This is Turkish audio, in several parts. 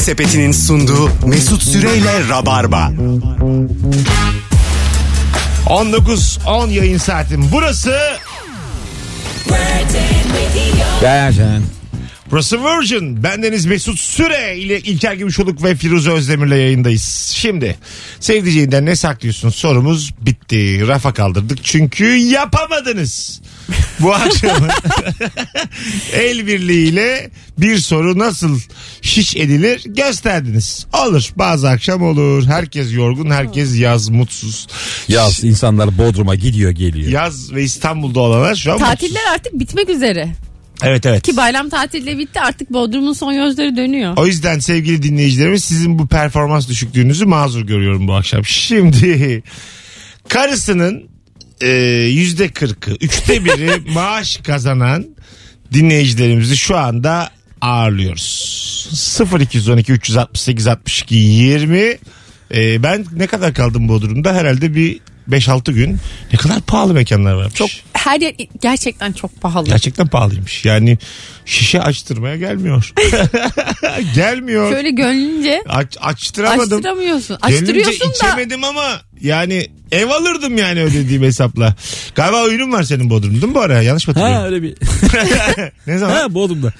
Sepeti'nin sunduğu Mesut Süreyle Rabarba. 19:10 yayın saatim. Burası Virgin. Bendeniz Mesut Süre ile İlker Gümüşoluk ve Firuze Özdemir'le yayındayız. Şimdi sevdiceğinden ne saklıyorsun sorumuz bitti. Rafa kaldırdık çünkü yapamadınız. Bu akşam el birliğiyle bir soru nasıl şiş edilir gösterdiniz. Olur, bazı akşam olur. Herkes yorgun, herkes yaz mutsuz. Yaz insanlar Bodrum'a gidiyor geliyor. Yaz ve İstanbul'da olanlar şu an tatiller mutsuz. artık bitmek üzere. Evet. Ki bayram tatilleri bitti, artık Bodrum'un son gözleri dönüyor. O yüzden sevgili dinleyicilerimiz sizin bu performans düşüklüğünüzü mazur görüyorum bu akşam. Şimdi karısının %40'ı, 1/3 maaş kazanan dinleyicilerimizi şu anda ağırlıyoruz. 0212 368 62 20. Ben ne kadar kaldım Bodrum'da? Herhalde bir 5-6 gün. Ne kadar pahalı mekanlar varmış. Çok, her yer gerçekten çok pahalı. Gerçekten pahalıymış. Yani şişe açtırmaya gelmiyor. Gelmiyor. Şöyle gönlünce Açtıramadım. açtıramıyorsun. Gönlünce Açtırıyorsun da. içemedim ama yani ev alırdım yani ödediğim hesapla. Galiba oyunun var senin Bodrum'da değil mi bu ara? Yanlış mı hatırlıyorum? Ha öyle bir. Ne zaman? Ha Bodrum'da.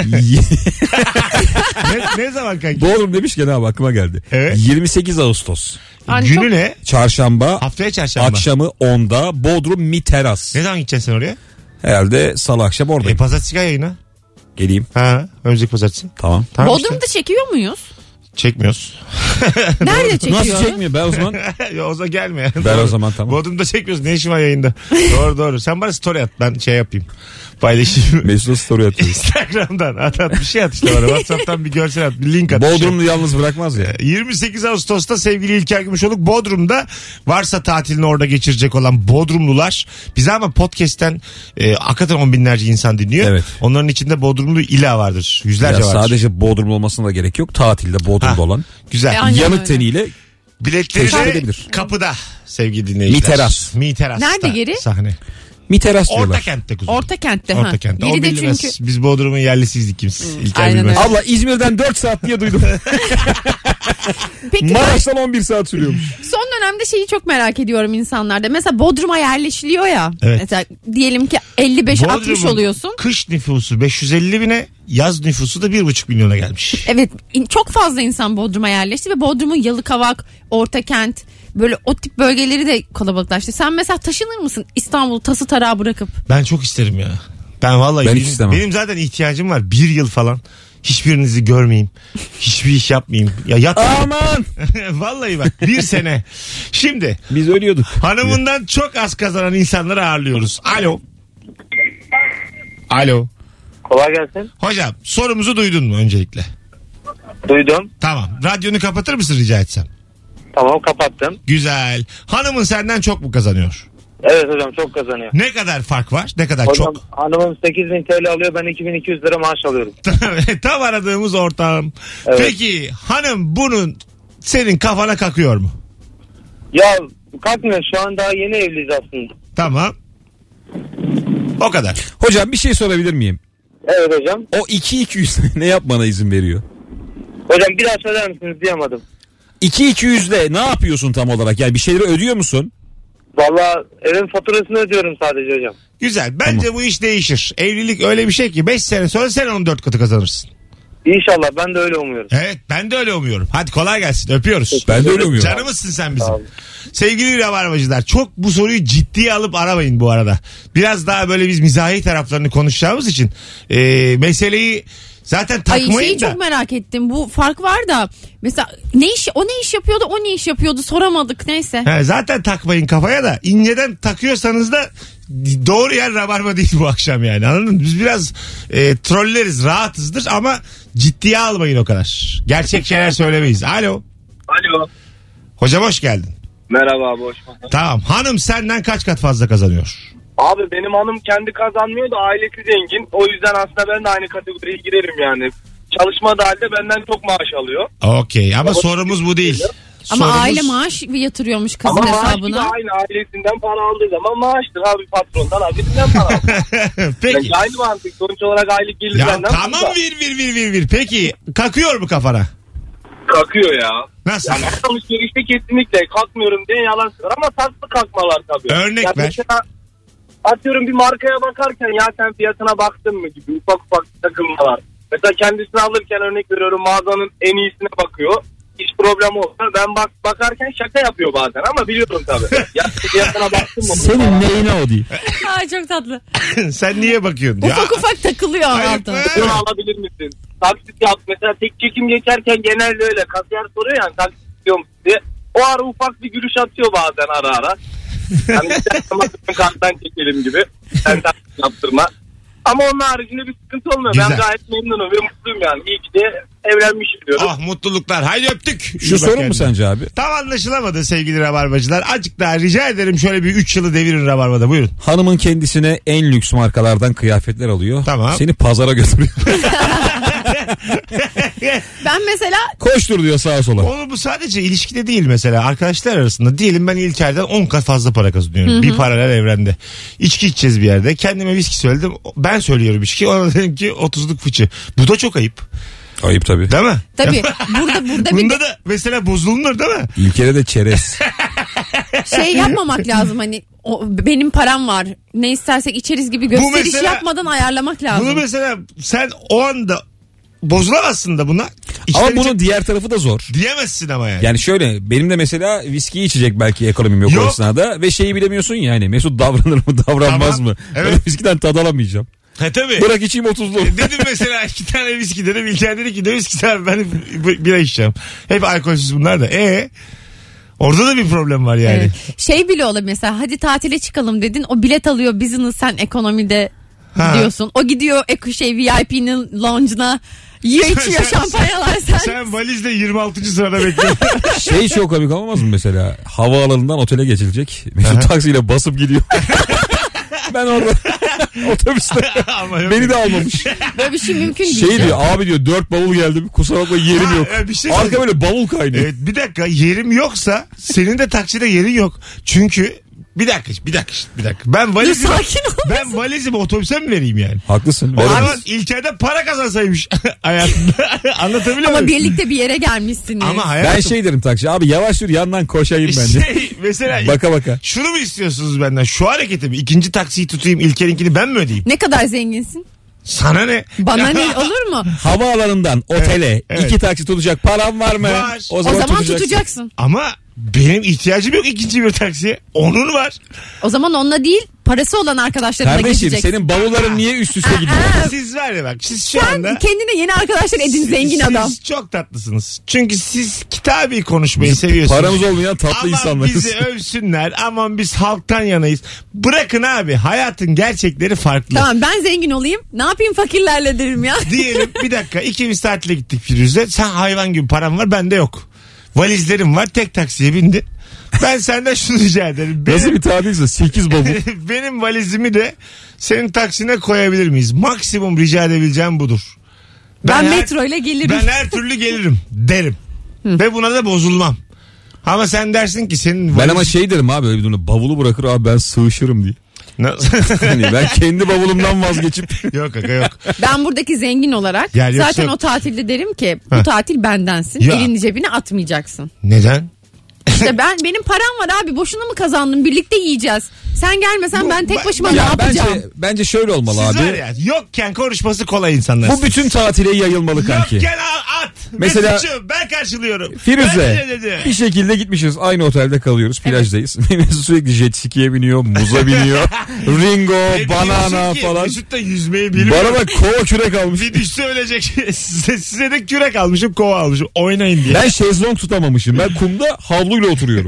ne zaman kanki? Bodrum demişken abi aklıma geldi. Evet. 28 Ağustos. Yani Günü çok- ne? Çarşamba. Haftaya çarşamba. Akşamı 10'da Bodrum Mi Teras. Ne zaman gideceksin sen oraya? Herhalde salı akşam oradayım. Pazartesi yayına. Geleyim. Ha, önümüzdeki pazartesi. Tamam. Tamam Bodrum'da çekiyor muyuz? Çekmiyoruz. Nerede çekiyoruz? Nasıl çekmiyor ben o zaman? Ya o zaman gelme. Ben o zaman tamam. Bodrum'da çekmiyoruz. Ne işin var yayında? Doğru. Sen bana story at. Ben şey yapayım. Paylaşayım. Mesut story atıyor. Instagram'dan at bir şey at işte bana. WhatsApp'tan bir görsel at. Bir link at. Bodrum'u yalnız bırakmaz ya. 28 Ağustos'ta sevgili İlker Gümüşoluk Bodrum'da, varsa tatilini orada geçirecek olan Bodrumlular bize ama podcast'ten hakikaten 10 binlerce insan dinliyor. Evet. Onların içinde Bodrumlu illa vardır. Yüzlerce Ya vardır. sadece Bodrum olmasına da gerek yok. Tatilde Bodrum'da olan. Güzel. Aynen Yanık öyle. teniyle Biletleri teşvik de edebilir. kapıda sevgili dinleyiciler. Mi Teras. Teras'ta Nerede geri? sahne. Mi Teras diyorlar. Orta kentte kuzum. Orta kentte. Orta kentte. O Biri de bilmez. çünkü Biz Bodrum'un yerlisiydik kimse. İlker aynen bilmez. öyle. Abla İzmir'den 4 saat diye duydum. peki Maraş'tan 11 saat sürüyormuş. son dönemde şeyi çok merak ediyorum insanlarda. Mesela Bodrum'a yerleşiliyor ya. Evet. Mesela diyelim ki 55-60 Bodrum'un oluyorsun. kış nüfusu 550 bine, yaz nüfusu da 1,5 milyona gelmiş. Evet, çok fazla insan Bodrum'a yerleşti ve Bodrum'un Yalıkavak, Ortakent, böyle o tip bölgeleri de kalabalıklaştı. Sen mesela taşınır mısın İstanbul'u tası tarağı bırakıp? Ben çok isterim ya. Ben vallahi Ben hiç istemem. benim zaten ihtiyacım var. 1 yıl falan. Hiçbirinizi görmeyeyim. Hiçbir iş yapmayayım. Ya yat. Aman. Vallahi bak 1 sene. Şimdi Biz ölüyorduk. hanımından çok az kazanan insanları ağırlıyoruz. Alo. Kolay gelsin. Hocam sorumuzu duydun mu öncelikle? Duydum. Tamam. Radyonu kapatır mısın rica etsem? Tamam, kapattım. Güzel. Hanımın senden çok mu kazanıyor? Evet hocam, çok kazanıyor. Ne kadar fark var? Ne kadar Hocam çok? hanımım 8.000 TL alıyor, ben 2.200 lira maaş alıyorum. Tam aradığımız ortağım. Evet. Peki hanım bunun senin kafana kakıyor mu? Ya kalkmıyor, şu an daha yeni evliyiz aslında. Tamam. O kadar. Hocam bir şey sorabilir miyim? Evet hocam. O 2-200 ne yapmana izin veriyor? Hocam bir daha söyler misiniz, duyamadım. 2-200'le ne yapıyorsun tam olarak? Yani bir şeyleri ödüyor musun? Valla evin faturasını ödüyorum sadece hocam. Güzel. Bence bu iş değişir. Evlilik öyle bir şey ki 5 sene sonra sen onun 4 katı kazanırsın. İnşallah, ben de öyle umuyorum. Evet, ben de öyle umuyorum. Hadi kolay gelsin, öpüyoruz. Ben de öyle umuyorum. Canımızsın sen bizim. Sağ olun. Sevgili Rabarbacılar, çok bu soruyu ciddiye alıp aramayın bu arada. Biraz daha böyle biz mizahi taraflarını konuşacağımız için meseleyi zaten takmayın Şeyi da. çok merak ettim. Bu fark var da mesela o ne iş yapıyordu, o ne iş yapıyordu soramadık, neyse. He, zaten takmayın kafaya da, inceden takıyorsanız da doğru yer Rabarba değil bu akşam yani, anladın mı? Biz biraz trolleriz, rahatızdır ama ciddiye almayın o kadar. Gerçek şeyler söylemeyiz. Alo. Alo. Hocam hoş geldin. Merhaba abi, hoş bulduk. Tamam, hanım senden kaç kat fazla kazanıyor? Abi benim hanım kendi kazanmıyor da ailesi zengin. O yüzden aslında ben de aynı kategoriye girerim yani. Çalışmadığı halde benden çok maaş alıyor. Okey, ama sorumuz bu değil. Ama Sorumuz- aile maaş yatırıyormuş kızın Ama maaş da hesabına. aynı, ailesinden para aldığı zaman maaştır abi, patrondan ailesinden para alır. Peki. Yani aynı mantık, sonuç olarak aylık gelir Ya benden tamam fazla. vir. Peki kakıyor mu kafana? Kalkıyor ya. Nasıl? Yani alışverişte kesinlikle kalkmıyorum diye yalan söylüyor ama saklı kalkmalar tabii. Örnek ver. Mesela atıyorum bir markaya bakarken ya sen fiyatına baktın mı gibi ufak takılmalar. Mesela kendisini alırken örnek veriyorum mağazanın en iyisine bakıyor. Hiç problem olsa ben bakarken şaka yapıyor bazen ama biliyorum tabii. Ya fiyatına baktın mı? Senin neyine o değil. Ay çok tatlı. Sen niye bakıyorsun? Ya, Ufak takılıyor Ayıp altına. be. Bunu alabilir misin? Taksit yap. Mesela tek çekim geçerken genelde öyle. Kasiyer soruyor yani taksit istiyor musun diye. O ara ufak bir gülüş atıyor bazen ara. Hani bir karttan çekelim gibi. Sen taksit yaptırma. Ama onun haricinde bir sıkıntı olmuyor. Güzel. Ben gayet memnunum ve mutluyum yani. İyi ki de evlenmişim diyorum. Oh mutluluklar. Haydi öptük. Şu sorun mu sence abi? Tam anlaşılamadı sevgili Rabarbacılar. Azıcık daha rica ederim şöyle bir 3 yılı devirin Rabarba'da. Buyurun. Hanımın kendisine en lüks markalardan kıyafetler alıyor. Tamam. Seni pazara götürüyor. Ben mesela Koştur diyor sağa sola. Onu bu sadece ilişkide değil mesela. Arkadaşlar arasında diyelim ben İlker'den 10 kat fazla para kazanıyorum. Bir paralel evrende. İçki içeceğiz bir yerde. Kendime viski söyledim. Ben söylüyorum içki. Ona dedim ki 30'luk fıçı. Bu da çok ayıp. Ayıp tabii. Değil mi? tabii burada bir Bunda da mesela bozulunur değil mi? İlkere de çerez. şey yapmamak lazım hani benim param var ne istersek içeriz gibi gösteriş mesela- yapmadan ayarlamak lazım. Bunu mesela sen o anda bozulamazsın da buna. Ama İçten bunun içe diğer tarafı da zor. diyemezsin ama yani. Yani şöyle benim de mesela viskiyi içecek belki ekonomim yok, Yok. o esnada ve şeyi bilemiyorsun yani Mesut davranır mı davranmaz Tamam. mı? Evet. Ben viskiden tad alamayacağım. He tabii. Bırak içeyim 30'lu. Dedim mesela 2 tane viski dedim. İlker dedi ki ne viskisi abi ben bira içeceğim. Hep alkolsüz bunlar da. Orada da bir problem var yani. Evet. Şey bile olabilir mesela hadi tatile çıkalım dedin o bilet alıyor business sen ekonomide gidiyorsun. O gidiyor VIP'nin lounge'una yiyor içiyor şampanyalar sen. Sen valizle 26. sırada bekliyorsun. Şey çok komik olmaz mı mesela? Havaalanından otele geçilecek. Mesut taksiyle basıp gidiyor. Ben orada otobüste Ama yok. beni de almamış. Böyle bir şey mümkün değil. Şey diyor abi diyor 4 bavul geldi kusura bakma yerim yok. Bir şey Arka böyle bavul kaynıyor. Evet bir dakika yerim yoksa senin de takside yerin yok. Çünkü bir dakika. Ben valizimi, sakin ol. ben valizimi otobüse mi vereyim yani? Haklısın. O zaman veremez. İlker'de para kazansaymış hayatında. Anlatabiliyor Ama muyum? birlikte bir yere gelmişsiniz. Ama hayatım. Ben şey derim taksi abi yavaş dur yandan koşayım ben de. Mesela Baka baka. şunu mu istiyorsunuz benden? Şu hareketi mi? İkinci taksiyi tutayım İlker'inkini ben mi ödeyeyim? Ne kadar zenginsin? Sana ne? Bana ne olur mu? Havaalanından otele Evet. 2 taksi tutacak param var mı? Var. O zaman tutacaksın. Ama benim ihtiyacım yok ikinci bir taksiye. Onun var. O zaman onunla değil parası olan arkadaşlarına Kardeşim gideceksin. senin bavulların niye üst üste gidiyor? Siz var ya bak siz şu Sen anda... kendine yeni arkadaşlar edin zengin siz adam. çok tatlısınız. Çünkü siz kitabi konuşmayı seviyorsunuz. Paramız olmayan tatlı aman insanlarız. bizi övsünler. Aman biz halktan yanayız. Bırakın abi hayatın gerçekleri farklı. Tamam ben zengin olayım. Ne yapayım fakirlerle derim ya. Diyelim bir dakika ikimiz tatile gittik Firuze. Sen hayvan gibi param var bende yok. Valizlerim var tek taksiye bindin. Ben senden şunu rica ederim. Nasıl bir tabirse 8 bavul. Benim valizimi de senin taksine koyabilir miyiz? Maksimum rica edebileceğim budur. Ben her- metro ile gelirim. Ben her türlü gelirim derim. Ve buna da bozulmam. Ama sen dersin ki senin Ben ama şey derim abi öyle bir durumda bavulu bırakır abi ben sığışırım diye. Hani ben kendi bavulumdan vazgeçip Yok kaka yok. Ben buradaki zengin olarak Yani yoksa- zaten o tatilde derim ki bu tatil bendensin. Ya. Elini cebine atmayacaksın. Neden? İşte benim param var abi boşuna mı kazandım birlikte yiyeceğiz. Sen gelmesen ben tek başıma ne ya yapacağım? bence şöyle olmalı Siz abi. var ya yokken konuşması kolay insanlar. Bu bütün tatile yayılmalı kanki. Yokken at. Mesela- Mesut'cum ben karşılıyorum. Firuze Ben- bir şekilde gitmişiz aynı otelde kalıyoruz plajdayız. Mesut sürekli jet ski'ye biniyor muza biniyor Ringo Ne banana biliyorsun ki? falan. Mesut da yüzmeyi bilmiyor. Bana bak kova kürek almış. Bir düşse ölecek. size de kürek almışım kova almışım. Oynayın diye. Ben şezlong tutamamışım. Ben kumda havluyla oturuyorum.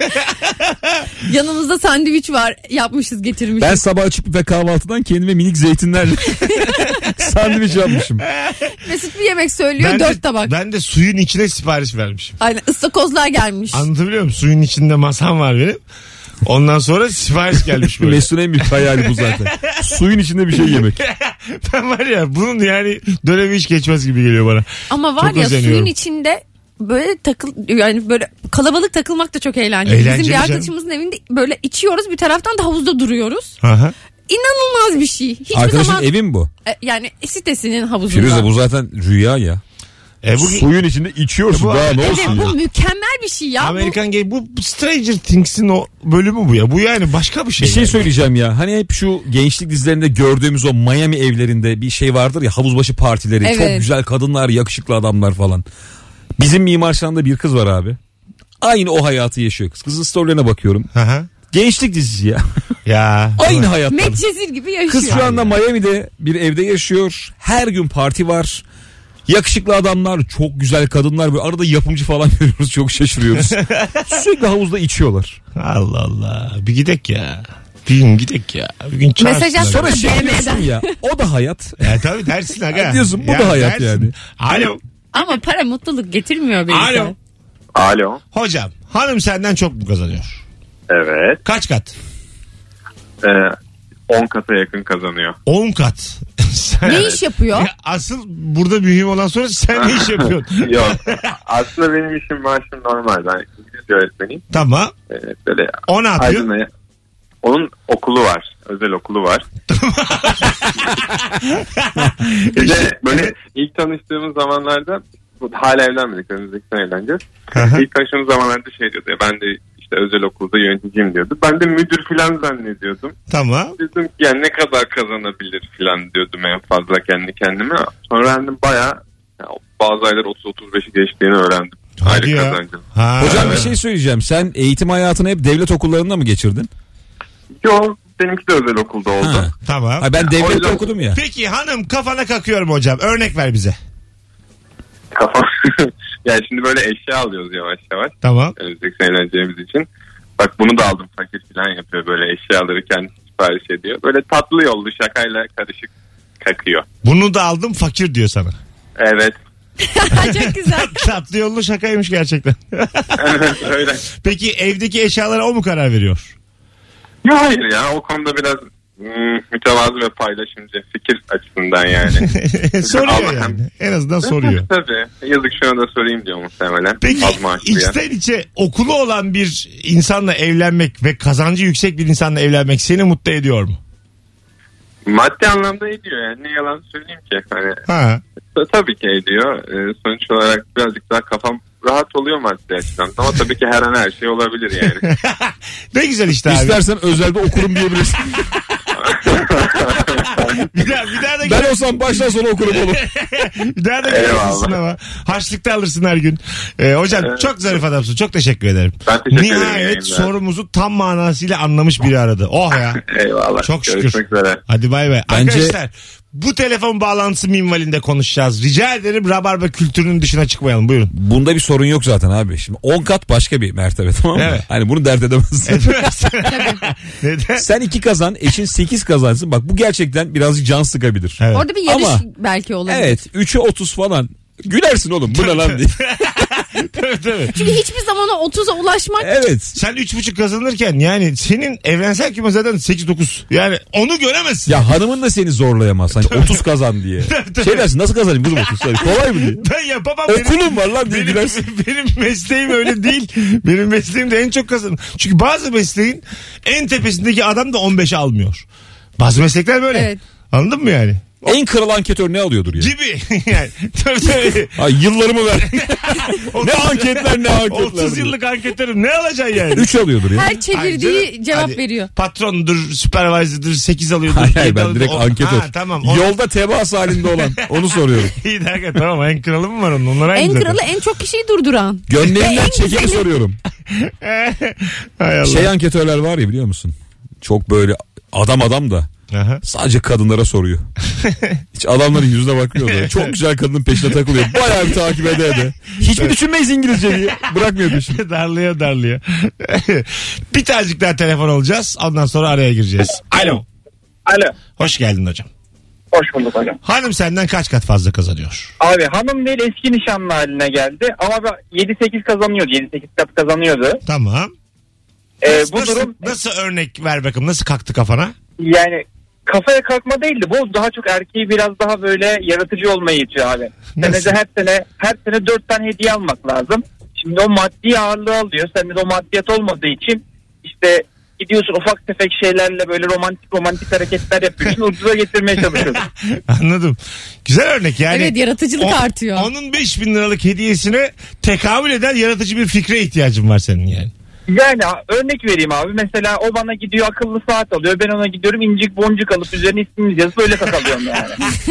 Yanımızda sandviç var yapmışız getirmişiz. Ben sabah açıp ve kahvaltıdan kendime minik zeytinlerle sandviç yapmışım. Mesut bir yemek söylüyor 4 tabak. Ben de suyun içine sipariş vermişim. Aynen ıstakozlar gelmiş. Anlatabiliyor muyum? Suyun içinde masam var benim. Ondan sonra sipariş gelmiş böyle. Mesut'un en büyük hayali bu zaten. Suyun içinde bir şey yemek. Ben var ya bunun yani dönemi hiç geçmez gibi geliyor bana. Ama var Çok ya özeniyorum. suyun içinde böyle yani böyle kalabalık takılmak da çok eğlenceli. Eğlenceli Bizim bir canım. arkadaşımızın evinde böyle içiyoruz bir taraftan da havuzda duruyoruz. Aha. İnanılmaz bir şey. Hiçbir Arkadaşın zaman evi mi bu? yani sitesinin havuzunda. Firuze bu zaten rüya ya. Suyun içinde içiyorsun Bu- daha ne Evet olsun ya. bu mükemmel bir şey ya. Amerikan Gay bu Stranger Things'in o bölümü bu ya. Bu yani başka bir şey. Bir şey yani. söyleyeceğim ya. Hani hep şu gençlik dizilerinde gördüğümüz o Miami evlerinde bir şey vardır ya, havuzbaşı partileri. Evet. Çok güzel kadınlar, yakışıklı adamlar falan. Bizim Mimar Sinan'da bir kız var abi. Aynı o hayatı yaşıyor kız. Kızın storylerine bakıyorum. Aha. Gençlik dizisi ya. Ya. Aynı hayatlar. Medcezir gibi yaşıyor. Kız şu anda Miami'de bir evde yaşıyor. Her gün parti var. Yakışıklı adamlar, çok güzel kadınlar. Böyle arada yapımcı falan görüyoruz. Çok şaşırıyoruz. Sürekli havuzda içiyorlar. Allah Allah. Bir gidek ya. Bir gün gidek ya. Bir gün çağırsınlar. Mesaj Sonra atsana şey diyorsun DM'den. ya. O da hayat. Ya tabii dersin aga. Diyorsun, bu Ya da hayat dersin. yani. Alo. Ama para mutluluk getirmiyor belki. Alo. Alo. Hocam hanım senden çok mu kazanıyor? Evet. Kaç kat? 10 kata yakın kazanıyor. 10 kat. Sen- Ne iş yapıyor? Ya asıl burada mühim olan soru sen ne iş yapıyorsun? Yok. Aslında benim işim maaşım normal. Ben İngilizce öğretmeniyim. Tamam. Böyle O ne yapıyor? Aydın'a. Onun okulu var. Özel okulu var. Bir de böyle ilk tanıştığımız zamanlarda hala evlenmedik. Önümüzdeki sene evleneceğiz. Aha. İlk tanıştığımız zamanlarda şey diyordu ya, ben de işte özel okulda yöneticiyim diyordu. Ben de müdür falan zannediyordum. Tamam. Dedim ki yani ne kadar kazanabilir falan diyordum en fazla kendi kendime. Sonra öğrendim bayağı bazı aylar 30-35'i geçtiğini öğrendim. Hadi Aylık ya. kazancım. Ha. Hocam bir Evet. şey söyleyeceğim. Sen eğitim hayatını hep devlet okullarında mı geçirdin? Yok, benimki de özel okulda oldu. Ha. Tamam. Ay ben O devlette yüzden- okudum ya. Peki hanım kafana kakıyorum hocam. Örnek ver bize. Kafa. Yani şimdi böyle eşya alıyoruz yavaş yavaş. Tamam. Önümüzdeki sene evleneceğimiz için. Bak bunu da aldım, fakir falan yapıyor, böyle eşyaları kendisi sipariş ediyor. Böyle tatlı yollu şakayla karışık kakıyor. Bunu da aldım fakir diyor sana. Evet. Çok güzel. Tatlı yollu şakaymış gerçekten. Evet öyle. Peki evdeki eşyalara o mu karar veriyor? Ya hayır ya, o konuda biraz mütevazı ve paylaşımcı fikir açısından yani. Soruyor Allah'ım. yani. En azından soruyor. Tabii. Yazık şuna da sorayım diyor muhtemelen. Peki Az maaşlı ya. içten içe okulu olan bir insanla evlenmek ve kazancı yüksek bir insanla evlenmek seni mutlu ediyor mu? Maddi anlamda ediyor yani, ne yalan söyleyeyim ki. Hani, Ha. tabii ki ediyor. Sonuç olarak birazcık daha kafam rahat oluyor maddi açıdan. Ama tabii ki her an her şey olabilir yani. Ne güzel işte abi. İstersen özelde okurum diyebilirsin. Bir daha da Ben olsam baştan sona okurum oğlum. bir daha da Eyvallah. gelirsin ama. Harçlıkta alırsın her gün. Hocam Evet. çok zarif adamsın. Çok teşekkür ederim. Ben teşekkür ederim Nihayet yayında. sorumuzu tam manasıyla anlamış biri aradı. Oh ya. Eyvallah. Çok şükür. Görüşmek üzere. Hadi bay bay. Bence- Arkadaşlar bu telefon bağlantısı minvalinde konuşacağız. Rica ederim Rabarba kültürünün dışına çıkmayalım. Buyurun. Bunda bir sorun yok zaten abi. Şimdi 10 kat başka bir mertebe, tamam mı? Evet. Hani bunu dert edemezsin. Neden? Sen 2 kazan, eşin 8 kazansın. Bak bu gerçekten birazcık can sıkabilir. Evet. Orada bir yarış Ama- belki olabilir. Evet 3'e 30 falan. Gülersin oğlum, bu ne lan diye. Tabii, tabii. Çünkü hiçbir zaman o 30'a ulaşmak Evet. Sen 3,5 kazanırken yani senin evrensel küme zaten 8-9. Yani onu göremezsin. Ya hanımın da seni zorlayamaz. Hani 30 kazan diye. tabii. Şey dersin, nasıl kazanayım kızım 30? Hani kolay mı diye. Ben yapamam. Okulum var lan diye benim, gülersin. benim mesleğim öyle değil. Benim mesleğim de en çok kazan. Çünkü bazı mesleğin en tepesindeki adam da 15 almıyor. Bazı meslekler böyle. Evet. Anladın mı yani? En kral anketör ne alıyordur ya? Gibi. Yani, tabii tabii. Ay yıllarımı ver. ne anketler ne anketler. 30 yıllık anketörüm ne alacaksın yani? 3 alıyordur ya. her Ay çevirdiği canım, cevap hadi. veriyor. Patrondur, supervisor'dır 8 alıyordur. Hayır, yedi ben alıyordur. direkt anketör. Ha, tamam. O... Yolda tebaas halinde olan. Onu soruyorum. İyi dakika tamam en kralı mı var onun? Onlar aynı En zaten. kralı en çok kişiyi durduran. Gömleğinden En çekimi güzeli. soruyorum. Hay Allah. Şey anketörler var ya, biliyor musun? Çok böyle adam da Aha. sadece kadınlara soruyor. Hiç adamların yüzüne bakmıyor da. Çok güzel kadının peşine takılıyor. Bayağı bir takip ede. Hiç mi düşünmeyiz İngilizce diye. Bırakmıyor peşini. darlıyor. Bir tanecik daha telefon alacağız. Ondan sonra araya gireceğiz. Alo. Alo. Hoş geldin hocam. Hoş bulduk hocam. Hanım senden kaç kat fazla kazanıyor? Abi hanım değil, eski nişanlı haline geldi ama 7-8 kazanıyordu. 7-8 kat kazanıyordu. Tamam. Bu nasıl, durum nasıl örnek ver bakalım. Nasıl kalktı kafana? yani kafaya kalkma değildi. Bu daha çok erkeği biraz daha böyle yaratıcı olmayı itiyor abi. Nasıl? Senede her sene 4 tane hediye almak lazım. Şimdi o maddi ağırlığı alıyor. Sende de o maddiyat olmadığı için işte gidiyorsun ufak tefek şeylerle böyle romantik hareketler yapıyorsun. Ucuza getirmeye çalışıyorsun. Anladım. Güzel örnek yani. Evet, yaratıcılık artıyor. Onun 5.000 liralık hediyesine tekamül eden yaratıcı bir fikre ihtiyacın var senin yani. Yani örnek vereyim abi. Mesela o bana gidiyor akıllı saat alıyor. Ben ona gidiyorum incik boncuk alıp üzerine ismimiz yazıp öyle takalıyorum yani.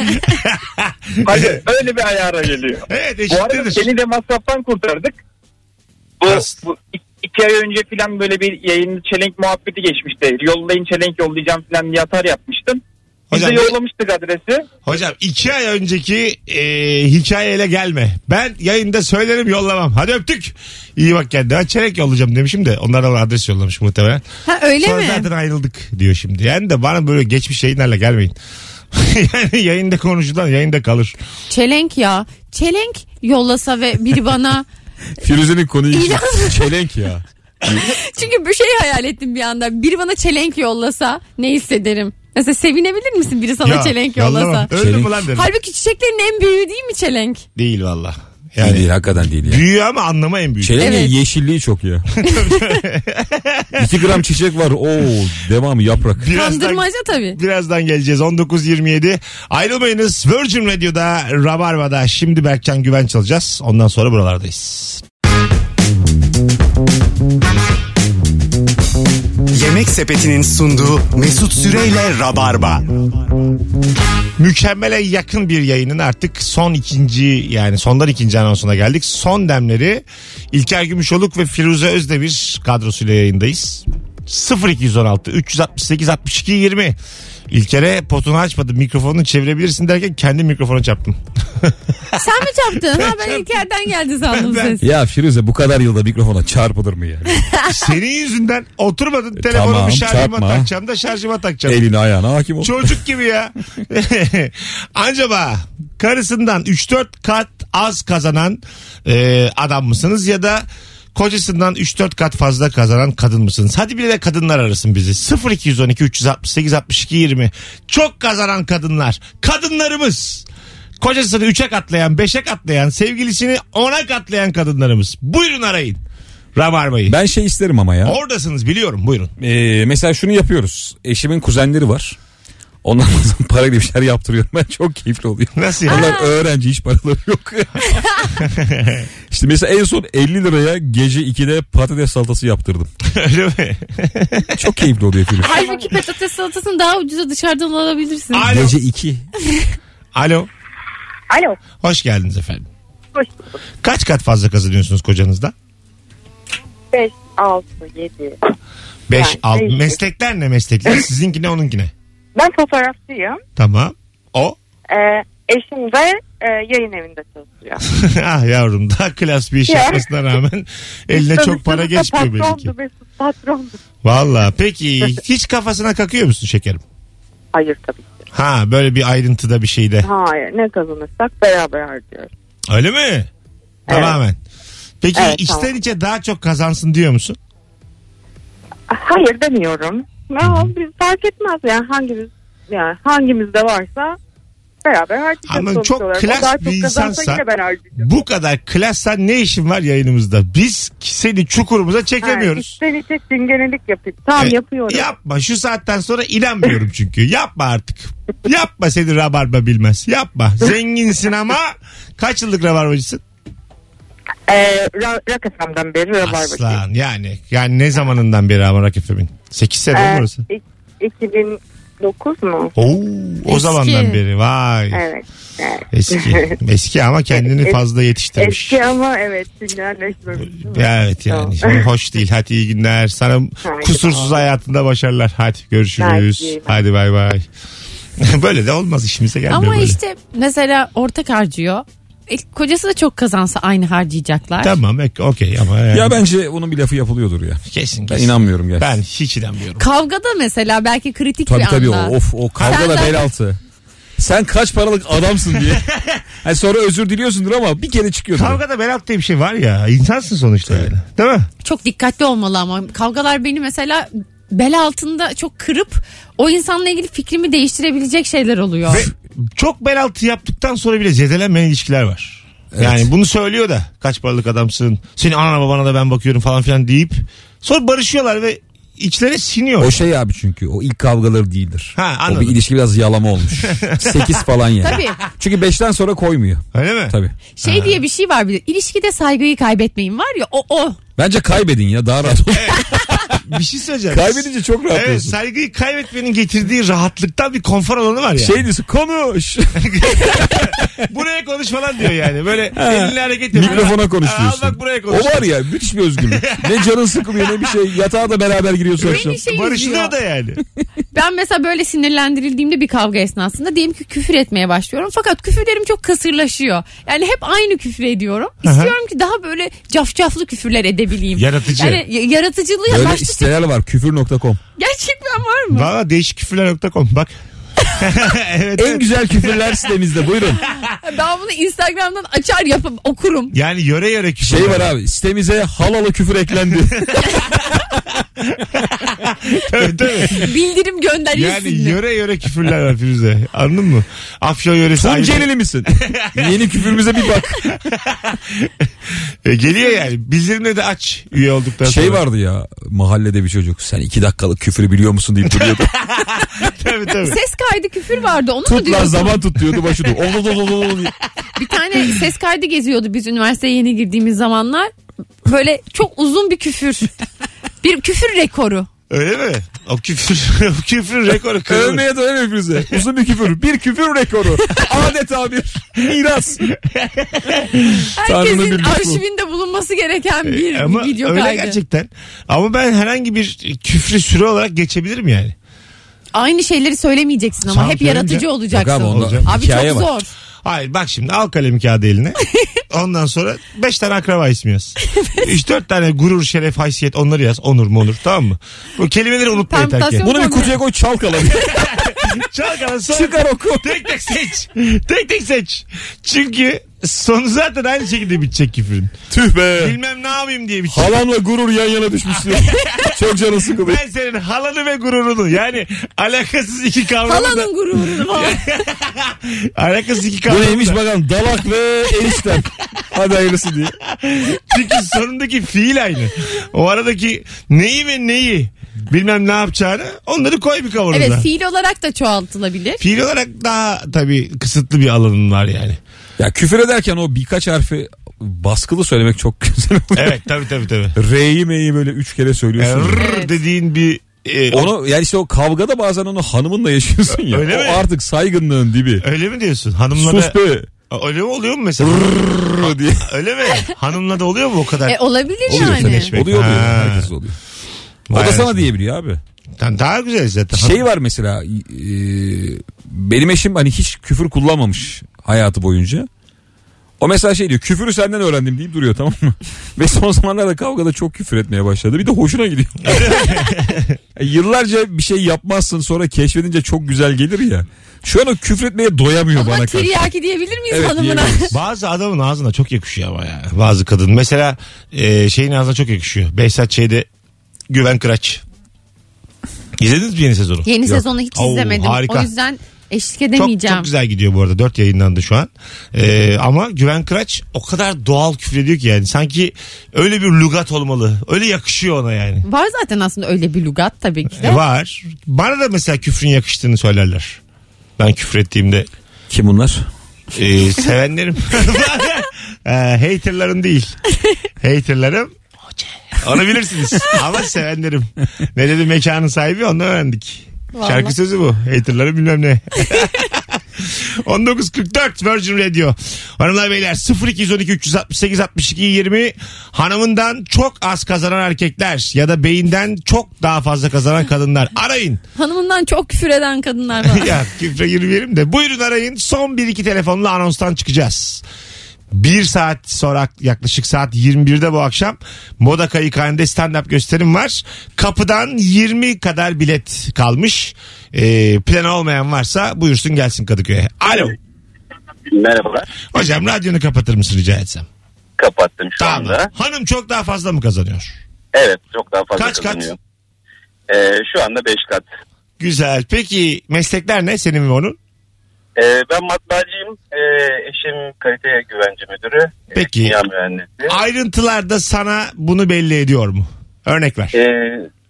Hadi öyle bir ayara geliyor. Evet, bu arada eşittir. seni de masraftan kurtardık. Bu 2 ay önce falan böyle bir yayın çelenk muhabbeti geçmişti. Yollayın çelenk yollayacağım falan diye atar yapmıştım. Biz de yollamıştık adresi. Hocam 2 ay önceki hikayeyle gelme. Ben yayında söylerim yollamam. Hadi öptük. İyi bak kendine. Ben çelenk yollayacağım demişim de onlardan adres yollamış muhtemelen. Ha öyle Sonra mi? zaten ayrıldık diyor şimdi. Yani de bana böyle geçmiş yayınlarla gelmeyin. Yani yayında konuşulan yayında kalır. Çelenk ya. Çelenk yollasa ve biri bana... Firuze'nin konuyu İlan- çelenk ya. Çünkü bir şey hayal ettim bir anda. Biri bana çelenk yollasa ne hissederim? Mesela sevinebilir misin biri sana Ya, çelenk yollamam. yollasa? Öldü Çelenk. mü lan derim. Halbuki çiçeklerin en büyüğü değil mi çelenk? Değil valla. Yani değil, hakikaten değil ya. Büyüğü ama anlama en büyük. Çelenk'in Evet. yeşilliği çok ya. 2 gram çiçek var. Oo, devamı yaprak. Kandırmaca tabii. Birazdan geleceğiz. 19.27. Ayrılmayınız. Virgin Radio'da, Rabarba'da şimdi Berkcan Güven çalacağız. Ondan sonra buralardayız. Yemek Sepeti'nin sunduğu Mesut Süreyle Rabarba. Mükemmele yakın bir yayının artık son ikinci anonsuna geldik. Son demleri İlker Gümüşoluk ve Firuze Özdemir kadrosuyla yayındayız. 0216 368 62 20. İlker'e potunu açmadım, mikrofonunu çevirebilirsin derken kendi mikrofonu çarptım. Sen mi çarptın? Ha ben İlker'den geldi sandım ses. Ya Firuze bu kadar yılda mikrofona çarpılır mı yani? Senin yüzünden oturmadın, telefonumu tamam, şarjıma çarpma. takacağım da şarjıma takacağım. Elini ayağına hakim ol. Çocuk gibi ya. Acaba karısından 3-4 kat az kazanan adam mısınız ya da kocasından 3-4 kat fazla kazanan kadın mısınız? Hadi bir de kadınlar arasın bizi. 0212 368 62 20. Çok kazanan kadınlar. Kadınlarımız. Kocasını 3'e katlayan, 5'e katlayan, sevgilisini 10'a katlayan kadınlarımız. Buyurun arayın. Rabarba'yı. Ben şey isterim ama ya. Oradasınız biliyorum, buyurun. Mesela şunu yapıyoruz. Eşimin kuzenleri var. Ondan sonra parayla bir şeyler yaptırıyorum. Ben çok keyifli oluyor. Nasıl yani? Onlar öğrenci, hiç paraları yok. İşte mesela en son 50 liraya gece 2'de patates salatası yaptırdım. Öyle mi? Çok keyifli oluyor Firuze. Halbuki patates salatasını daha ucuza dışarıdan alabilirsin. Alo. Gece 2. Alo. Alo. Hoş geldiniz efendim. Hoş bulduk. Kaç kat fazla kazanıyorsunuz kocanızda? 5, 6, 7. 5, Yani 6. değişik. Meslekler ne meslekler? Sizinki ne onunkine? Ben fotoğrafçıyım. Tamam. O? Eşim de yayın evinde çalışıyor. Ah yavrum, daha klas bir iş Ya. yapmasına rağmen eline çok para geçmiyor belki. Patrondu Mesut, patrondu. Valla peki hiç kafasına kakıyor musun şekerim? Hayır tabii ki. Ha böyle bir ayrıntıda bir şeyde. Hayır, ne kazanırsak beraber harcıyoruz. Öyle mi? Tamamen. Peki Evet, içten tamam. içe daha çok kazansın diyor musun? Hayır demiyorum. Ya, biz fark etmez yani hangimizde varsa beraber harcayacağız. Ama sonuç çok olarak. klas O daha bir çok kazansa insansan yine ben harcayacağım. bu kadar klassan ne işin var yayınımızda? Biz seni çukurumuza çekemiyoruz. İçten içe çingenelik yapayım. Tamam yapıyorum. Yapma şu saatten sonra inanmıyorum çünkü. Yapma artık. Yapma, seni Rabarba bilmez. Yapma. Zenginsin ama kaç yıllık Rabarbacısın? Rock FM'den beri Rabarbacıyım. Aslan yani ne zamanından beri ama Rock FM'in? 8 sene mi burası? 2009 mu? Oo, o Eski. zamandan beri vay. Evet. Eski ama kendini fazla yetiştirmiş. Eski ama evet sinirleşmemiş. Evet yani hoş değil. Hadi iyi günler. Sana kusursuz hayatında başarılar. Hadi görüşürüz. Hadi bay bay. Böyle de olmaz, işimize gelmiyor Ama böyle. işte mesela ortak harcıyor. Kocası da çok kazansa aynı harcayacaklar. Tamam okey ama yani. Ya bence bunun bir lafı yapılıyordur ya. Kesin. Ben inanmıyorum gerçekten. Ben hiç inanmıyorum. Kavgada mesela belki kritik Tabii bir tabii anda. o kavga da Sen bel altı. Sen kaç paralık adamsın diye. Yani sonra özür diliyorsundur ama bir kere çıkıyordur. Kavgada bel altı diye bir şey var ya. İnsansın sonuçta yani. Değil mi? Çok dikkatli olmalı ama kavgalar beni mesela bel altında çok kırıp o insanla ilgili fikrimi değiştirebilecek şeyler oluyor. Ve çok bel altı yaptıktan sonra bile zedelenmeyen ilişkiler var. Evet. Yani bunu söylüyor da kaç paralık adamsın, senin anana babana da ben bakıyorum falan filan deyip sonra barışıyorlar ve içlere siniyor. O şey abi çünkü o ilk kavgaları değildir. Ha, o anladım. bir ilişki biraz yalama olmuş. 8 falan yani. Tabii. Çünkü 5'ten sonra koymuyor. Öyle mi? Tabii. Şey diye bir şey var bir de. İlişkide saygıyı kaybetmeyin var ya o. Bence kaybedin ya daha rahat olur. Bir şey söyleyeceğim. Kaybedince çok Evet, rahatlıyorsun. saygıyı kaybetmenin getirdiği rahatlıktan bir konfor alanı var ya. Şey diyorsun konuş. Buraya konuş falan diyor yani. Böyle elini hareket yapıyor. Mikrofona konuş Al diyorsun. bak buraya konuş. O var ya müthiş bir özgürlük. Ne canın sıkılıyor ne bir şey. Yatağa da beraber giriyorsun akşam. Beni şey Barışılıyor üzüyor. da yani. Ben mesela böyle sinirlendirildiğimde bir kavga esnasında diyelim ki küfür etmeye başlıyorum. Fakat küfürlerim çok kasırlaşıyor. Yani hep aynı küfür ediyorum. İstiyorum ki daha böyle cafcaflı küfürler edebileyim. Yaratıcı. Yani yaratıcılığı Böyle başta siteler var küfür.com. gerçekten var mı? Valla değişikküfürler.com bak. Evet, En güzel küfürler sitemizde buyurun. Ben bunu Instagram'dan açar yapıp okurum. Yani yöre küfür. Şey var abi sitemize halalı küfür eklendi. Tabii. Bildirim gönderilsin. Yani yöre küfürler var Firuze. Anladın mı? Afyon yöresi. Tuncelili misin? Yeni küfürümüze bir bak. Geliyor yani. Bildirimleri de aç üye olduktan sonra. Şey vardı ya mahallede bir çocuk sen 2 dakikalık küfürü biliyor musun deyip duruyordu. Tabii. Ses kaydı küfür vardı onu mu Tut lan diyorsun? zaman tut diyordu başı dur. Bir tane ses kaydı geziyordu biz üniversiteye yeni girdiğimiz zamanlar. Böyle çok uzun bir küfür. Bir küfür rekoru. Öyle mi? O küfrün rekoru kırılır. Övmeye doyamıyor bize. Uzun bir küfür. Bir küfür rekoru. Adeta bir miras. Tanrı'nın Herkesin bir lütfu. arşivinde bulunması gereken bir Ama video öyle kaydı. gerçekten. Ama ben herhangi bir küfrü süre olarak geçebilirim yani. Aynı şeyleri söylemeyeceksin ama Tamam, hep söyleyince- yaratıcı olacaksın. Yok abi, onda Olacak. Abi hikaye çok var. zor. Hayır bak şimdi al kalem kağıdı eline. Ondan sonra 5 tane akraba ismi yaz. 3-4 tane gurur, şeref, haysiyet onları yaz. Onur mu olur tamam mı? Bu kelimeleri unutma yeter ki. Permütasyon- Bunu bir kutuya koy çalkala. Çalkalan sonra Çıkar oku. tek tek seç. Tek tek seç. Çünkü sonu zaten aynı şekilde bitecek küfürün. Tüh be. Bilmem ne yapayım diye bitecek. Halamla gurur yan yana düşmüştü. Çok canı sıkılıyor. Ben senin halanı ve gururunu yani alakasız iki kavramı da Halanın gururunu falan. alakasız iki Bu kavramı neymiş da. bakalım dalak ve enişten. Hadi hayırlısı diye. Çünkü sonundaki fiil aynı. O aradaki neyi ve neyi bilmem ne yapacağını onları koy bir kavanozda. Evet fiil olarak da çoğaltılabilir. Fiil olarak daha tabii kısıtlı bir alanın var yani. Ya küfür ederken o birkaç harfi baskılı söylemek çok güzel oluyor. Evet tabii. R'yi M'yi böyle 3 kere söylüyorsun. Rrr Evet. dediğin bir Onu yani işte o kavgada bazen onu hanımınla yaşıyorsun ya. Öyle o mi? artık saygınlığın dibi. öyle mi diyorsun? Hanımla Sus da be. öyle mi oluyor mu mesela? Rrr diye. Öyle mi? Hanımla da oluyor mu o kadar? Olabilir Oluyor yani. tabii. Oluyor. Ha. Herkes oluyor. O Vay da sana anasını. diyebiliyor abi. Daha güzel zaten. Şey var mesela benim eşim hani hiç küfür kullanmamış hayatı boyunca. O mesela şey diyor küfürü senden öğrendim deyip duruyor tamam mı? Ve son zamanlarda kavgada çok küfür etmeye başladı. Bir de hoşuna gidiyor. Yıllarca bir şey yapmazsın sonra keşfedince çok güzel gelir ya. Şu an o küfür etmeye doyamıyor Ama bana karşı. tiryaki diyebilir miyiz Evet, hanımına? diyebiliriz. Bazı adamın ağzına çok yakışıyor ama ya. Bazı kadın. Mesela şeyin ağzına çok yakışıyor. Behzat Ç'de Güven Kıraç. İzlediniz mi yeni sezonu? Yeni sezonu hiç Oo, izlemedim. harika. O yüzden eşlik Çok, edemeyeceğim. çok güzel gidiyor bu arada. 4 yayınlandı şu an. Ama Güven Kıraç o kadar doğal küfrediyor ki yani. Sanki öyle bir lügat olmalı. Öyle yakışıyor ona yani. Var zaten aslında öyle bir lügat tabii ki de. Var. Bana da mesela küfrün yakıştığını söylerler. Ben küfür ettiğimde Kim bunlar? sevenlerim. Haterlarım değil. Haterlarım onu bilirsiniz. Ama sevenlerim. Ne dedi mekanın sahibi onu öğrendik. Vallahi. Şarkı sözü bu. Haterları bilmem ne. 19.44 Virgin Radio. Hanımlar beyler 0212 368 62 20 hanımından çok az kazanan erkekler ya da beyinden çok daha fazla kazanan kadınlar arayın. Hanımından çok küfür eden kadınlar var. Ya küfre girmeyelim de buyurun arayın. Son 1-2 telefonla anonstan çıkacağız. 1 saat sonra yaklaşık saat 21'de bu akşam Moda Kayıkhane'de stand-up gösterim var. Kapıdan 20 kadar bilet kalmış. Planı olmayan varsa buyursun gelsin Kadıköy'e. Alo. Merhabalar. Hocam radyonu kapatır mısın rica etsem? Kapattım şu Tamam. anda. Hanım çok daha fazla mı kazanıyor? Evet, çok daha fazla Kaç kat? kazanıyor. Şu anda 5 kat. Güzel. Peki meslekler ne senin ve onun? Ben matbaacıyım. Eşim kalite güvence müdürü. Peki. Kimya mühendisi. Ayrıntılarda sana bunu belli ediyor mu? Örnek ver.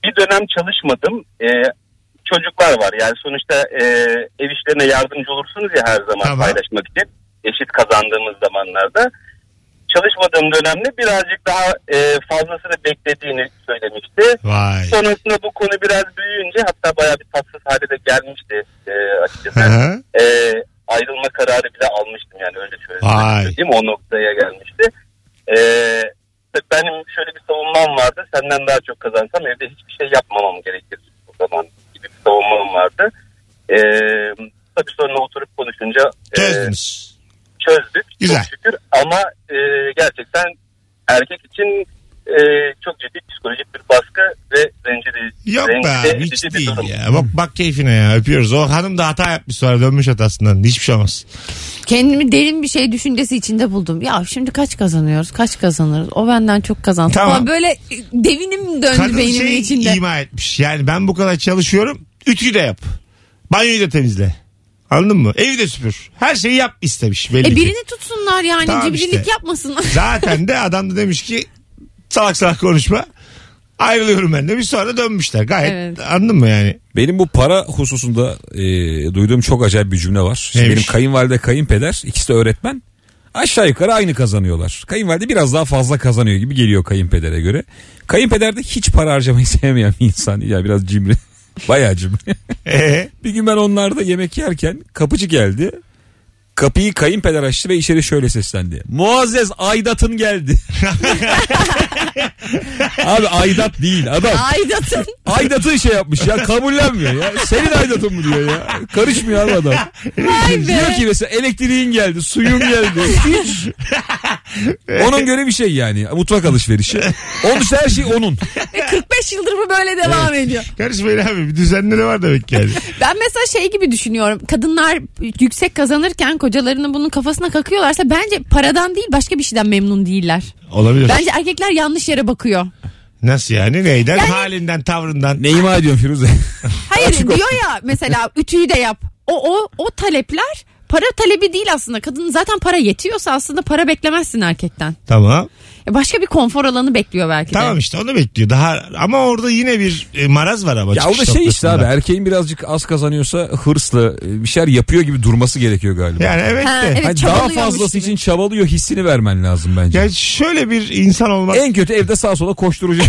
bir dönem çalışmadım. Çocuklar var yani sonuçta ev işlerine yardımcı olursunuz ya her zaman paylaşmak için. Eşit kazandığımız zamanlarda. Çalışmadığım dönemde birazcık daha fazlasını beklediğini söylemişti. Vay. Sonrasında bu konu biraz büyüyünce hatta bayağı bir tatsız hale de gelmişti açıkçası. Ayrılma kararı bile almıştım yani öyle söyleyeyim. O noktaya gelmişti. Benim şöyle bir savunmam vardı. Senden daha çok kazansam evde hiçbir şey yapmamam gerekir o zaman gibi bir savunmam vardı. Tabii sonra oturup konuşunca çözdük. Güzel. Çok şükür ama gerçekten erkek için çok ciddi psikolojik bir baskı ve Yok be hiç değil ya. Bak keyfine ya, öpüyoruz. O hanım da hata yapmış, sonra dönmüş hatasından. Hiçbir şey olmaz. Kendimi derin bir şey düşüncesi içinde buldum. Ya şimdi kaç kazanıyoruz? Kaç kazanırız? O benden çok kazandı. Tamam. Böyle devinim döndü kadın beynimin içinde. Kadın ima etmiş. Yani ben bu kadar çalışıyorum. Ütüyü de yap. Banyoyu da temizle. Anladın mı? Evi de süpür. Her şeyi yap istemiş belli ki. Birini tutsunlar yani. Tamam cibililik işte. Yapmasınlar. Zaten de adam da demiş ki salak salak konuşma. Ayrılıyorum ben de. Bir sonra dönmüşler. Gayet anladın mı yani? Benim bu para hususunda duyduğum çok acayip bir cümle var. Benim kayınvalide, kayınpeder ikisi de öğretmen. Aşağı yukarı aynı kazanıyorlar. Kayınvalide biraz daha fazla kazanıyor gibi geliyor kayınpedere göre. Kayınpeder de hiç para harcamayı sevmeyen bir insan. Ya biraz cimri. Bayağı cimri. Bir gün ben onlarda yemek yerken kapıcı geldi. Kapıyı kayınpeder açtı ve içeri şöyle seslendi. Muazzez aidatın geldi. Abi aidat değil adam. Aidatın şey yapmış ya, kabullenmiyor ya. Senin aidatın mı diyor ya. Karışmıyor abi adam. Diyor ki mesela elektriğin geldi, suyun geldi. Hiç. Onun göre bir şey yani. Mutfak alışverişi. Onun dışında her şey onun. 45 yıldır bu böyle devam ediyor. Karışmayın abi, bir düzenleri var demek yani. Ben mesela şey gibi düşünüyorum. Kadınlar yüksek kazanırken kocalarının bunun kafasına kakıyorlarsa bence paradan değil başka bir şeyden memnun değiller. Olabilir. Bence erkekler yanlış yere bakıyor. Nasıl yani? Neyden? Yani, halinden, tavrından. Ne ima ediyorsun Firuze? Hayır diyor ya mesela ütüyü de yap. O talepler para talebi değil aslında. Kadının zaten para yetiyorsa aslında para beklemezsin erkekten. Tamam. Başka bir konfor alanı bekliyor belki de. Tamam işte onu bekliyor. Daha ama orada yine bir maraz var ama. Ya o da şey işte abi, erkeğin birazcık az kazanıyorsa hırslı bir şeyler yapıyor gibi durması gerekiyor galiba. Yani evet de. Evet, hani daha fazlası için çabalıyor hissini vermen lazım bence. Yani şöyle bir insan olmak. En kötü evde sağa sola koşturacak.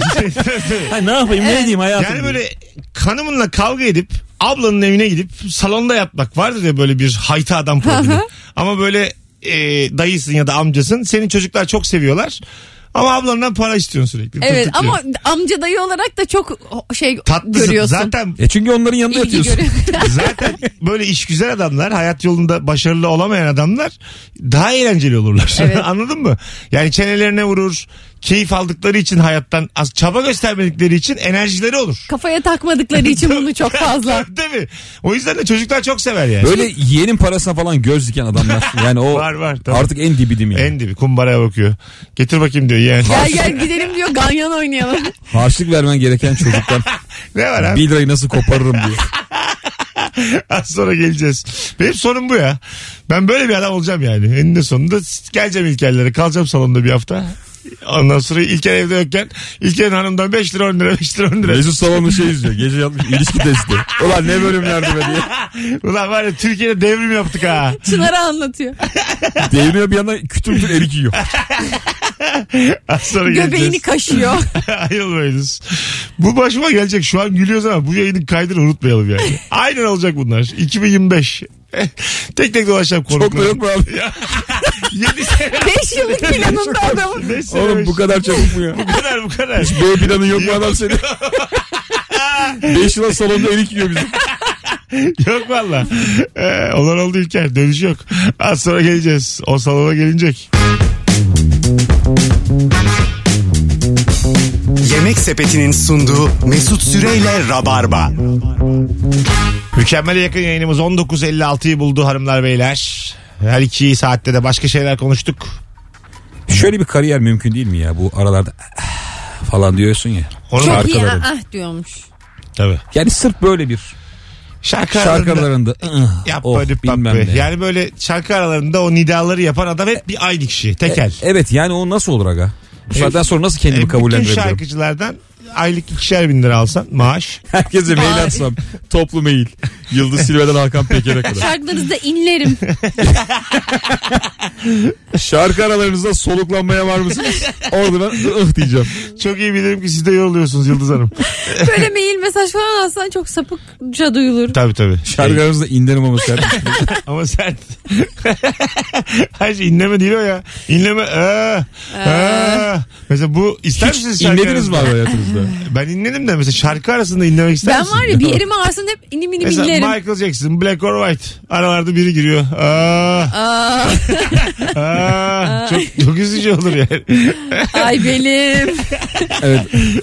Ne yapayım ne edeyim hayatım. Yani böyle hanımınla kavga edip ablanın evine gidip salonda yatmak vardır ya, böyle bir hayta adam problemi. Ama böyle dayısın ya da amcasın, senin çocuklar çok seviyorlar ama ablandan para istiyorsun sürekli. Evet ama amca dayı olarak da çok tatlısın görüyorsun. Zaten çünkü onların yanında yatıyorsun. Zaten böyle işgüzar adamlar, hayat yolunda başarılı olamayan adamlar daha eğlenceli olurlar. Evet. Anladın mı? Yani çenelerine vurur. Keyif aldıkları için hayattan, az çaba göstermedikleri için enerjileri olur. Kafaya takmadıkları için bunu çok fazla. Değil mi? O yüzden de çocuklar çok sever yani. Böyle yeğenin parasına falan göz diken adamlar. Yani o var, artık en dibi değil mi? En dibi. Kumbaraya bakıyor. Getir bakayım diyor yeğen. Gel gidelim diyor, ganyan oynayalım. Harçlık vermen gereken çocuktan. Ne var abi? 1 lirayı nasıl koparırım diye. Az sonra geleceğiz. Benim sorun bu ya. Ben böyle bir adam olacağım yani. Eninde sonunda geleceğim İlker'lere. Kalacağım salonda bir hafta. Ondan sonra İlker evde yokken İlker'in hanımdan 5 lira 10 lira 5 lira 10 lira. Mesut salonda şey izliyor. Gece yatmış ilişki testi. Ulan ne bölüm yardım ediyor. Ulan var ya, Türkiye'de devrim yaptık ha. Çınar'a anlatıyor. Devrimiyor, bir yandan kütür erik yiyor. Az sonra göbeğini kaşıyor. Ayrılmayınız. Bu başıma gelecek, şu an gülüyoruz ama bu yayının kaydını unutmayalım yani. Aynen olacak bunlar. 2025. Tek tek dolaşacağım konuklarım. Çok da yok mu abi? 5 yıllık planında adamın. Oğlum bu kadar çabuk mu ya? Bu kadar. Hiç B planı yok mu adam senin? 5 yıl salonda erik yiyor bizim. Yok valla. Olan oldu İlker. Dönüş yok. Az sonra geleceğiz. O salona gelinecek. Yemek Sepeti'nin sunduğu Mesut Süreyle Rabarba. Mükemmele yakın yayınımız 19.56'yı buldu hanımlar beyler. Her 2 saatte de başka şeyler konuştuk. Şöyle bir kariyer mümkün değil mi ya, bu aralarda falan diyorsun ya. Onun çok iyi diyormuş. Tabii. Yani sırf böyle bir şarkı aralarında bilmem ne. Yani böyle şarkı aralarında o nidaları yapan adam hep bir aynı kişi. Tekel. Evet yani o nasıl olur aga? Bu saatten sonra nasıl kendimi kabullendirebilirim? Bütün şarkıcılardan aylık 2'şer bin lira alsan maaş. Herkese mail atsam. Toplu mail. Yıldız Silve'den Hakan Peker'e kadar. Şarkılarınızda inlerim. Şarkı aralarınızda soluklanmaya var mısınız? Orada ben diyeceğim. Çok iyi bilirim ki siz de yoruluyorsunuz Yıldız Hanım. Böyle mail mesaj falan atsan çok sapıkça duyulur. Tabii. Şarkı aranızda inlerim ama sert. Ama sert. Hayır inleme değil o ya. İnleme. Mesela bu ister misiniz Hiç şarkı inlediniz mi arasında? abi hayatınızda? Ben inledim de mesela şarkı arasında inlemek ister Ben misin? var ya bir yerim ağrısın hep inim Mesela inlerim. Michael Jackson, Black or White. Aralarda biri giriyor. Çok üzücü olur yani. Ay benim. Evet.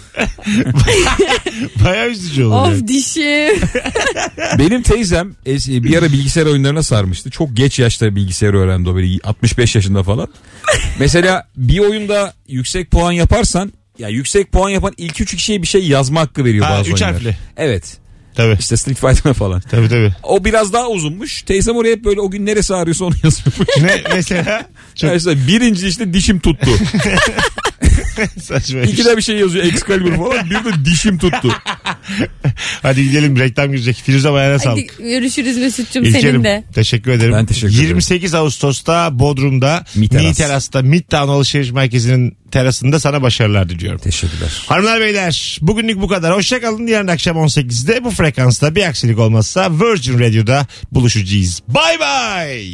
Bayağı üzücü olur. Of Yani. dişim. Benim teyzem bir ara bilgisayar oyunlarına sarmıştı. Çok geç yaşta bilgisayar öğrendi o, böyle 65 yaşında falan. Mesela bir oyunda yüksek puan yaparsan, ya yüksek puan yapan ilk 3 kişiye bir şey yazma hakkı veriyor bazı 3 oyunlar. harfli. Evet. Tabii. İşte Street Fighter falan. Tabii. O biraz daha uzunmuş. Teyzem oraya hep böyle o gün neresi ağrıyorsa onu yazıyormuş. Ne mesela? Çok Yani işte birinci işte dişim tuttu. saçma. İki de bir şey yazıyor Excalibur falan. Bir de dişim tuttu. Hadi gidelim, reklam girecek. Firuze Bayan'a sağlık. Hadi görüşürüz Mesut'cum İlkerim, senin de. teşekkür ederim. Ben teşekkür ederim. 28 Ağustos'ta Bodrum'da Mi Teras. Teras'ta Midtown Alışveriş Merkezi'nin terasında sana başarılar diliyorum. Teşekkürler. Hanımlar beyler, bugünlük bu kadar. Hoşçakalın. Yarın akşam 18'de bu frekansta bir aksilik olmazsa Virgin Radio'da buluşacağız. Bay bay.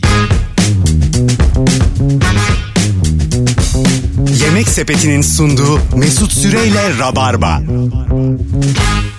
Yemek Sepeti'nin sunduğu Mesut Süreyle Rabarba.